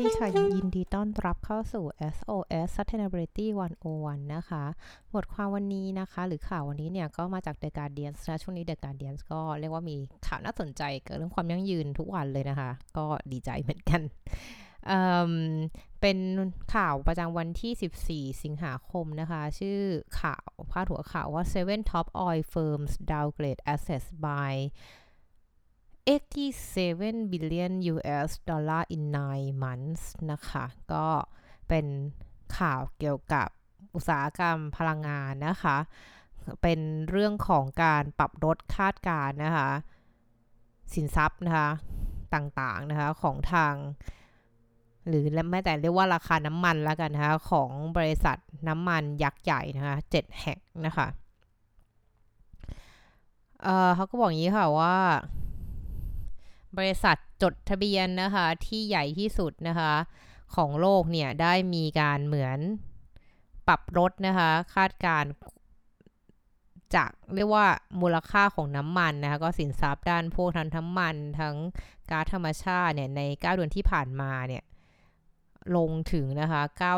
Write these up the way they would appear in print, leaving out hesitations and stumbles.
ดีค่ะยินดีต้อนรับเข้าสู่ SOS Sustainability 101นะคะบทความวันนี้นะคะหรือข่าววันนี้เนี่ยก็มาจาก The Guardian นะช่วงนี้ The Guardian ก็เรียกว่ามีข่าวน่าสนใจเกี่ยวกับเรื่องความยั่งยืนทุกวันเลยนะคะก็ดีใจเหมือนกันเอ่มเป็นข่าวประจำวันที่14สิงหาคมนะคะชื่อข่าวพาดหัวข่าวว่า Seven Top Oil Firms Downgrade Assets by 87 billion US dollar in 9 months นะคะก็เป็นข่าวเกี่ยวกับอุตสาหกรรมพลังงานนะคะเป็นเรื่องของการปรับลดคาดการณ์นะคะสินทรัพย์นะคะต่างๆนะคะของทางหรือแม้แต่เรียกว่าราคาน้ำมันแล้วกันนะคะของบริษัทน้ำมันยักษ์ใหญ่นะคะ7แห่งนะคะเขาก็บอกอย่างนี้ค่ะว่าบริษัทจดทะเบียนนะคะที่ใหญ่ที่สุดนะคะของโลกเนี่ยได้มีการเหมือนปรับลดนะคะคาดการจากเรียกว่ามูลค่าของน้ำมันนะคะก็สินทรัพย์ด้านพวกทั้งน้ำมันทั้งก๊าซธรรมชาติเนี่ยใน9 เดือนที่ผ่านมาเนี่ยลงถึงนะคะ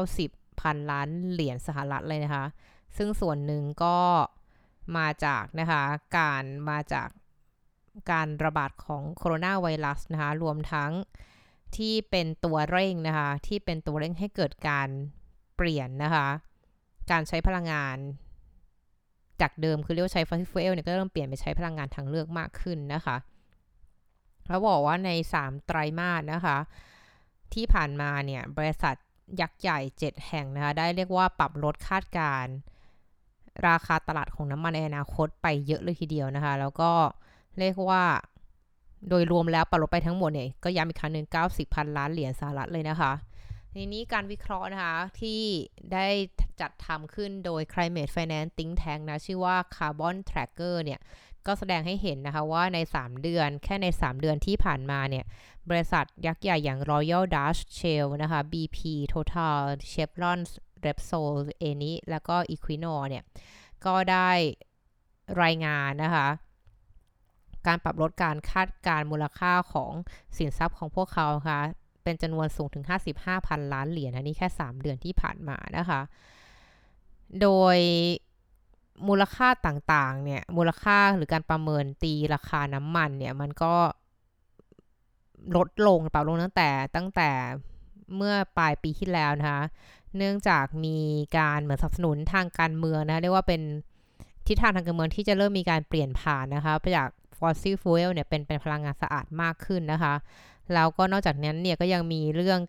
90,000 ล้านเหรียญสหรัฐเลยนะคะซึ่งส่วนหนึ่งก็มาจากนะคะมาจากการระบาดของโคโรนาไวรัสนะคะรวมทั้งที่เป็นตัวเร่งนะคะที่เป็นตัวเร่งให้เกิดการเปลี่ยนนะคะการใช้พลังงานจากเดิมคือเรียกว่าใช้ fossil fuel เนี่ยก็เริ่มเปลี่ยนไปใช้พลังงานทางเลือกมากขึ้นนะคะเขาบอกว่าใน3ไตรมาสนะคะที่ผ่านมาเนี่ยบริษัทยักษ์ใหญ่7แห่งนะคะได้เรียกว่าปรับลดคาดการราคาตลาดของน้ำมันในอนาคตไปเยอะเลยทีเดียวนะคะแล้วก็เรียกว่าโดยรวมแล้วปรับลดไปทั้งหมดเนี่ยก็ย้ำอีกครั้งหนึ่ง90,000 ล้านเหรียญสหรัฐเลยนะคะทีนี้การวิเคราะห์นะคะที่ได้จัดทำขึ้นโดย Climate Finance Think Tank นะชื่อว่า Carbon Tracker เนี่ยก็แสดงให้เห็นนะคะว่าใน3เดือนแค่ใน3เดือนที่ผ่านมาเนี่ยบริษัทยักษ์ใหญ่อย่าง Royal Dutch Shell นะคะ BP Total Chevron Repsol Eni แล้วก็ Equinor เนี่ยก็ได้รายงานนะคะการปรับลดการคาดการมูลค่าของสินทรัพย์ของพวกเขาค่ะเป็นจำนวนสูงถึง55,000 ล้านเหรียญนะนี่แค่3เดือนที่ผ่านมานะคะโดยมูลค่าต่างๆเนี่ยมูลค่าหรือการประเมินตีราคาน้ำมันเนี่ยมันก็ลดลงปรับลงตั้งแต่เมื่อปลายปีที่แล้วนะคะเนื่องจากมีการเหมือนสนับสนุนทางการเมืองนะเรียกว่าเป็นทิศทางทางการเมืองที่จะเริ่มมีการเปลี่ยนผ่านนะคะไปจาก fossil fuel เนี่ยเป็นพลังงานสะอาดมากขึ้นนะคะแล้วก็นอกจากนั้นเนี่ยก็ยังมีเรื่อง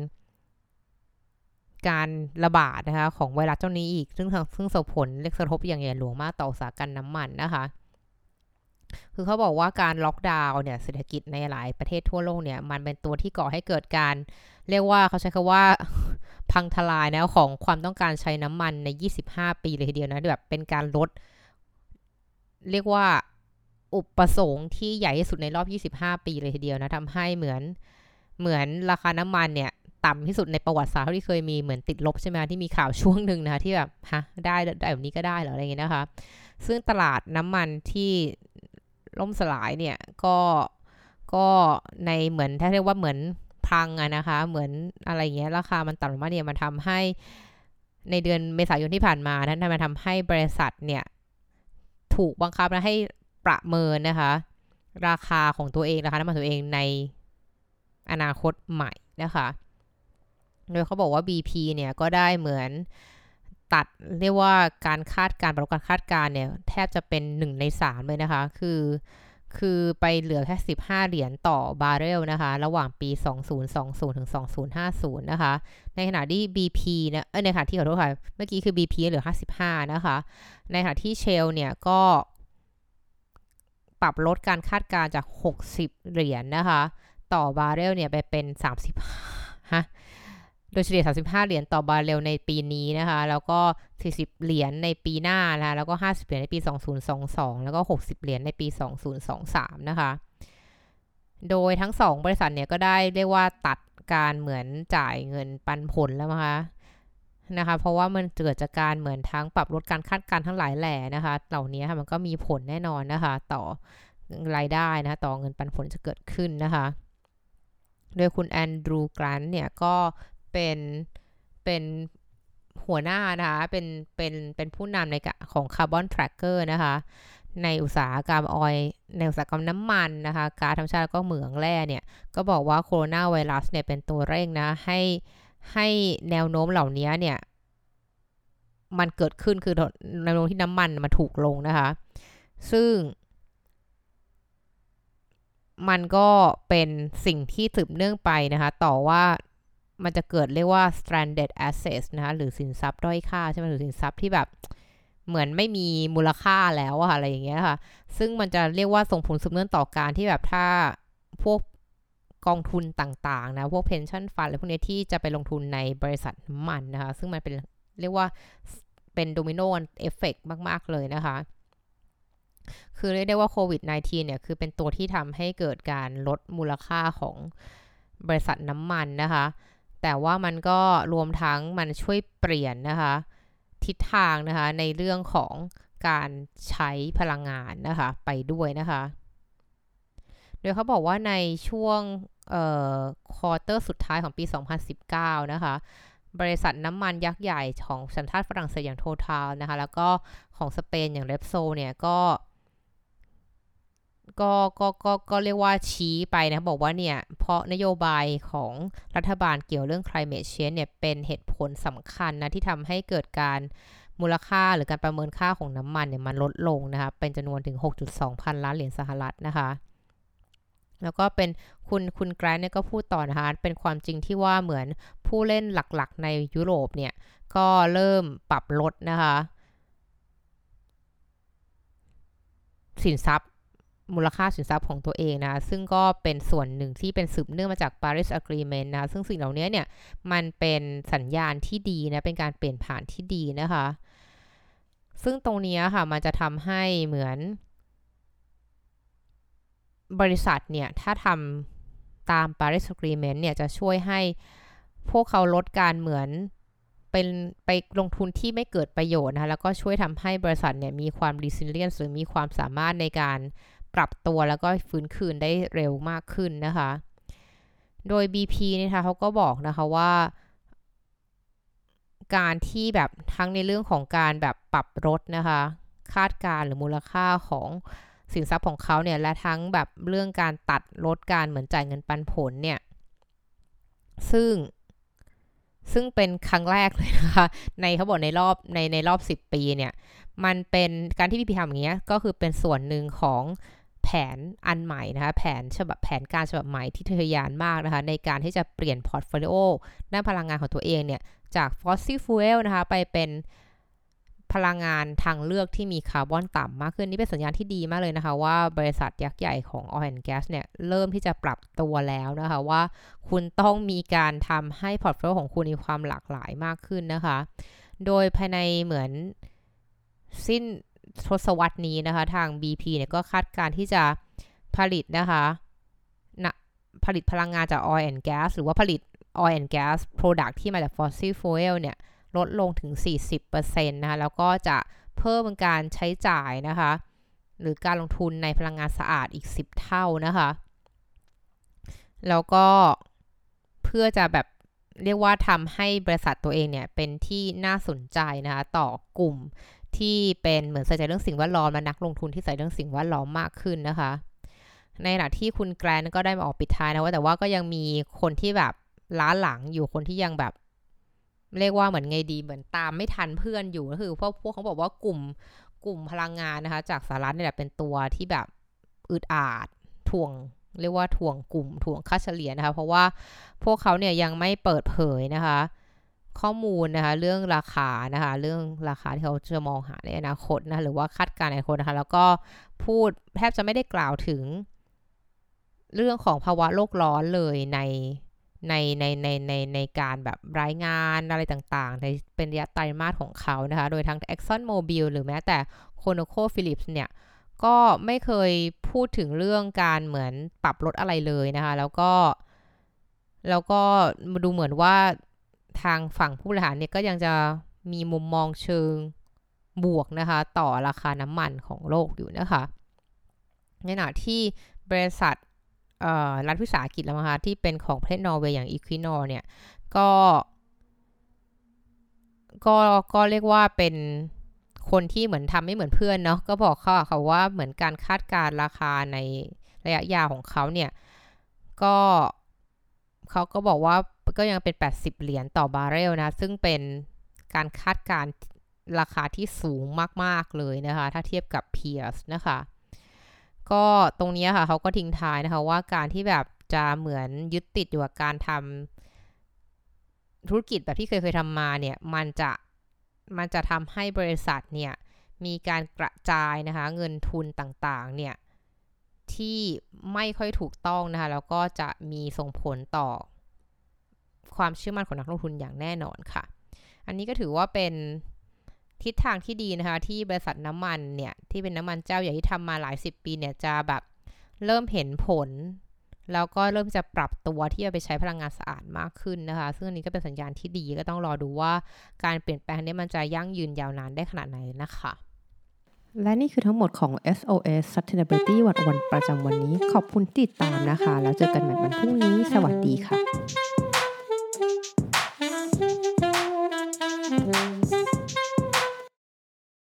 การระบาดนะคะของไวรัสเจ้านี้อีกซึ่งส่งผลเล็กกระทบอย่างใหญ่หลวงมากต่ออุตสาหกรรมน้ำมันนะคะคือเขาบอกว่าการล็อกดาวน์เนี่ยเศรษฐกิจในหลายประเทศทั่วโลกเนี่ยมันเป็นตัวที่ก่อให้เกิดการเรียกว่าเขาใช้คำว่าพังทลายนะของความต้องการใช้น้ำมันใน25 ปีเลยทีเดียวนะแบบเป็นการลดเรียกว่าอุปสงค์ที่ใหญ่ที่สุดในรอบ25 ปีเลยทีเดียวนะทำให้เหมือนราคาน้ำมันเนี่ยต่ำที่สุดในประวัติศาสตร์ที่เคยมีเหมือนติดลบใช่ไหมที่มีข่าวช่วงหนึ่งนะคะที่แบบฮะได้แบบนี้ก็ได้เหรออะไรอย่างเงี้ยนะคะซึ่งตลาดน้ำมันที่ล่มสลายเนี่ยก็ในเหมือนถ้าเรียกว่าเหมือนพังอะนะคะเหมือนอะไรเงี้ยราคามันต่ำลงมาเนี่ยมันทำให้ในเดือนเมษายนที่ผ่านมานั้นมันทำให้บริษัทเนี่ยถูกบังคับนะให้ประเมินนะคะราคาของตัวเองราคาน้ำมันตัวเองในอนาคตใหม่นะคะโดยเขาบอกว่า BP เนี่ยก็ได้เหมือนตัดเรียกว่าการคาดการณ์ปรับการคาดการณ์เนี่ยแทบจะเป็น1 ใน 3เลยนะคะคือไปเหลือแค่15 เหรียญต่อบาร์เรลนะคะระหว่างปี2020ถึง2050นะคะในขณะที่ BP เนี่ยในขณะที่ขอโทษค่ะเมื่อกี้คือ BP เหลือ55นะคะในขณะที่ Shell เนี่ยก็ปรับลดการคาดการณ์จาก60 เหรียญนะคะต่อบาร์เรลเนี่ยไปเป็น30ฮะโดยเฉลี่ย35 เหรียญต่อบาร์เรลในปีนี้นะคะแล้วก็40 เหรียญในปีหน้านะคะแล้วก็50 เหรียญในปี2022แล้วก็60 เหรียญในปี2023นะคะโดยทั้ง2บริษัทเนี่ยก็ได้เรียกว่าตัดการเหมือนจ่ายเงินปันผลแล้วนะคะเพราะว่ามันเกิดจากการเหมือนทั้งปรับลดการคาดการณ์ทั้งหลายแหล่นะคะเหล่านี้ค่ะมันก็มีผลแน่นอนนะคะต่อรายได้นะคะต่อเงินปันผลจะเกิดขึ้นนะคะโดยคุณแอนดรูว์ กรันต์เนี่ยก็เป็นเป็นหัวหน้านะคะเป็นผู้นำในของคาร์บอนแทร็กเกอร์นะคะในอุตสาหกรรมในอุตสาหกรรมน้ำมันนะคะก๊าซธรรมชาติแล้วก็เหมืองแร่เนี่ยก็บอกว่าโคโรนาไวรัสเนี่ยเป็นตัวเร่งนะให้แนวโน้มเหล่านี้เนี่ยมันเกิดขึ้นคือแนวโน้มที่น้ำมันมันถูกลงนะคะซึ่งมันก็เป็นสิ่งที่สืบเนื่องไปนะคะต่อว่ามันจะเกิดเรียกว่า stranded assets นะคะหรือสินทรัพย์ด้อยค่าใช่ไหมหรือสินทรัพย์ที่แบบเหมือนไม่มีมูลค่าแล้วอะอะไรอย่างเงี้ยค่ะซึ่งมันจะเรียกว่าส่งผลสืบเนื่องต่อการที่แบบถ้าพวกกองทุนต่างๆนะพวก pension fund อะไรพวกนี้ที่จะไปลงทุนในบริษัทน้ำมันนะคะซึ่งมันเป็นเรียกว่าเป็นโดมิโนเอฟเฟกต์มากๆเลยนะคะคือเรียกได้ว่าโควิด -19 เนี่ยคือเป็นตัวที่ทำให้เกิดการลดมูลค่าของบริษัทน้ำมันนะคะแต่ว่ามันก็รวมทั้งมันช่วยเปลี่ยนนะคะทิศทางนะคะในเรื่องของการใช้พลังงานนะคะไปด้วยนะคะโดยเขาบอกว่าในช่วงควอเตอร์สุดท้ายของปี 2019 นะคะบริษัทน้ำมันยักษ์ใหญ่ของสัญชาติฝรั่งเศสอย่าง Total นะคะแล้วก็ของสเปนอย่าง Repsol เนี่ยก็เรียกว่าชี้ไปนะบอกว่าเนี่ยเพราะนโยบายของรัฐบาลเกี่ยวเรื่อง climate change เนี่ยเป็นเหตุผลสำคัญนะที่ทำให้เกิดการมูลค่าหรือการประเมินค่าของน้ำมันเนี่ยมันลดลงนะคะเป็นจำนวนถึง 6.2 พันล้านเหรียญสหรัฐนะคะแล้วก็เป็นคุณแกรนเนี่ยก็พูดต่อนะคะเป็นความจริงที่ว่าเหมือนผู้เล่นหลักๆในยุโรปเนี่ยก็เริ่มปรับลดนะคะสินทรัพย์มูลค่าสินทรัพย์ของตัวเองนะซึ่งก็เป็นส่วนหนึ่งที่เป็นสืบเนื่องมาจาก Paris Agreement นะซึ่งสิ่งเหล่านี้เนี่ยมันเป็นสัญญาณที่ดีนะเป็นการเปลี่ยนผ่านที่ดีนะคะซึ่งตรงนี้ค่ะมันจะทำให้เหมือนบริษัทเนี่ยถ้าทำตาม Paris Agreement เนี่ยจะช่วยให้พวกเขาลดการเหมือนเป็นไปลงทุนที่ไม่เกิดประโยชน์นะคะแล้วก็ช่วยทำให้บริษัทเนี่ยมีความ resilient หรือมีความสามารถในการปรับตัวแล้วก็ฟื้นคืนได้เร็วมากขึ้นนะคะโดย BP นะคะเขาก็บอกนะคะว่าการที่แบบทั้งในเรื่องของการแบบปรับลดนะคะคาดการหรือมูลค่าของสินทรัพย์ของเขาเนี่ยและทั้งแบบเรื่องการตัดลดการเหมือนจ่ายเงินปันผลเนี่ยซึ่งเป็นครั้งแรกเลยนะคะเขาบอกในรอบ10 ปีเนี่ยมันเป็นการที่ BP ทำอย่างเงี้ยก็คือเป็นส่วนหนึ่งของแผนอันใหม่นะคะแผนการฉบับใหม่ที่ทะยานมากนะคะในการที่จะเปลี่ยนพอร์ตโฟลิโอด้านพลังงานของตัวเองเนี่ยจากฟอสซิลฟูเอลนะคะไปเป็นพลังงานทางเลือกที่มีคาร์บอนต่ำมากขึ้นนี่เป็นสัญญาณที่ดีมากเลยนะคะว่าบริษัทยักษ์ใหญ่ของ Oil and Gas เนี่ยเริ่มที่จะปรับตัวแล้วนะคะว่าคุณต้องมีการทำให้พอร์ตโฟลิโอของคุณมีความหลากหลายมากขึ้นนะคะโดยภายในเหมือนสิ้นทศวรรษนี้นะคะทาง BP เนี่ยก็คาดการที่จะผลิตนะคะผลิตพลังงานจาก Oil and Gas หรือว่าผลิต Oil and Gas Product ที่มาจาก Fossil Fuel เนี่ยลดลงถึง 40% นะคะแล้วก็จะเพิ่มการใช้จ่ายนะคะหรือการลงทุนในพลังงานสะอาดอีก10เท่านะคะแล้วก็เพื่อจะแบบเรียกว่าทำให้บริษัทตัวเองเนี่ยเป็นที่น่าสนใจนะคะต่อกลุ่มที่เป็นเหมือนใส่ใจเรื่องสิ่งแวดล้อมและนักลงทุนที่ใส่เรื่องสิ่งแวดล้อมมากขึ้นนะคะในขณะที่คุณแกรนก็ได้มาออกปิดท้ายนะว่าแต่ว่าก็ยังมีคนที่แบบล้าหลังอยู่คนที่ยังแบบเรียกว่าเหมือนไงดีเหมือนตามไม่ทันเพื่อนอยู่ก็คือพวกเขาบอกว่ากลุ่มพลังงานนะคะจากสหรัฐนี่แหละเป็นตัวที่แบบอึดอาดถ่วงเรียกว่าถ่วงกลุ่มถ่วงค่าเฉลี่ยนะคะเพราะว่าพวกเขาเนี่ยยังไม่เปิดเผยนะคะข้อมูลนะคะเรื่องราคานะคะเรื่องราคาที่เขาจะมองหาในอนาคตนะหรือว่าคาดการณ์ในอนาคตนะคะแล้วก็พูดแทบจะไม่ได้กล่าวถึงเรื่องของภาวะโลกร้อนเลยในการแบบรายงานอะไรต่างๆในเป็นระยะไตรมาสของเขานะคะโดยทั้ง Exxon Mobil หรือแม้แต่ ConocoPhillips เนี่ยก็ไม่เคยพูดถึงเรื่องการเหมือนปรับลดอะไรเลยนะคะแล้วก็ดูเหมือนว่าทางฝั่งผู้บริหารเนี่ยก็ยังจะมีมุมมองเชิงบวกนะคะต่อราคาน้ำมันของโลกอยู่นะคะในขณะที่บริษัทรัฐวิสาหกิจแล้วนะคะที่เป็นของประเทศนอร์เวย์อย่าง Equinor เนี่ยก็ก็เรียกว่าเป็นคนที่เหมือนทำไม่เหมือนเพื่อนเนาะก็บอกเขาว่าเหมือนการคาดการราคาในระยะยาวของเขาเนี่ยก็เขาก็บอกว่าก็ยังเป็น$80ต่อบาร์เรลนะซึ่งเป็นการคาดการราคาที่สูงมากๆเลยนะคะถ้าเทียบกับ peers นะคะก็ตรงนี้ค่ะเขาก็ทิ้งท้ายนะคะว่าการที่แบบจะเหมือนยึดติดอยู่กับการทำธุรกิจแบบที่เคยทำมาเนี่ยมันจะทำให้บริษัทเนี่ยมีการกระจายนะคะเงินทุนต่างๆเนี่ยที่ไม่ค่อยถูกต้องนะคะแล้วก็จะมีส่งผลต่อความเชื่อมั่นของนักลงทุนอย่างแน่นอนค่ะอันนี้ก็ถือว่าเป็นทิศทางที่ดีนะคะที่บริษัทน้ำมันเนี่ยที่เป็นน้ำมันเจ้าใหญ่ที่ทำมาหลาย10ปีเนี่ยจะแบบเริ่มเห็นผลแล้วก็เริ่มจะปรับตัวที่จะไปใช้พลังงานสะอาดมากขึ้นนะคะซึ่งอันนี้ก็เป็นสัญญาณที่ดีก็ต้องรอดูว่าการเปลี่ยนแปลงนี้มันจะยั่งยืนยาวนานได้ขนาดไหนนะคะและนี่คือทั้งหมดของ SOS Sustainability 101ประจำวันนี้ขอบคุณที่ติดตามนะคะแล้วเจอกันใหม่วันพรุ่งนี้สวัสดีค่ะ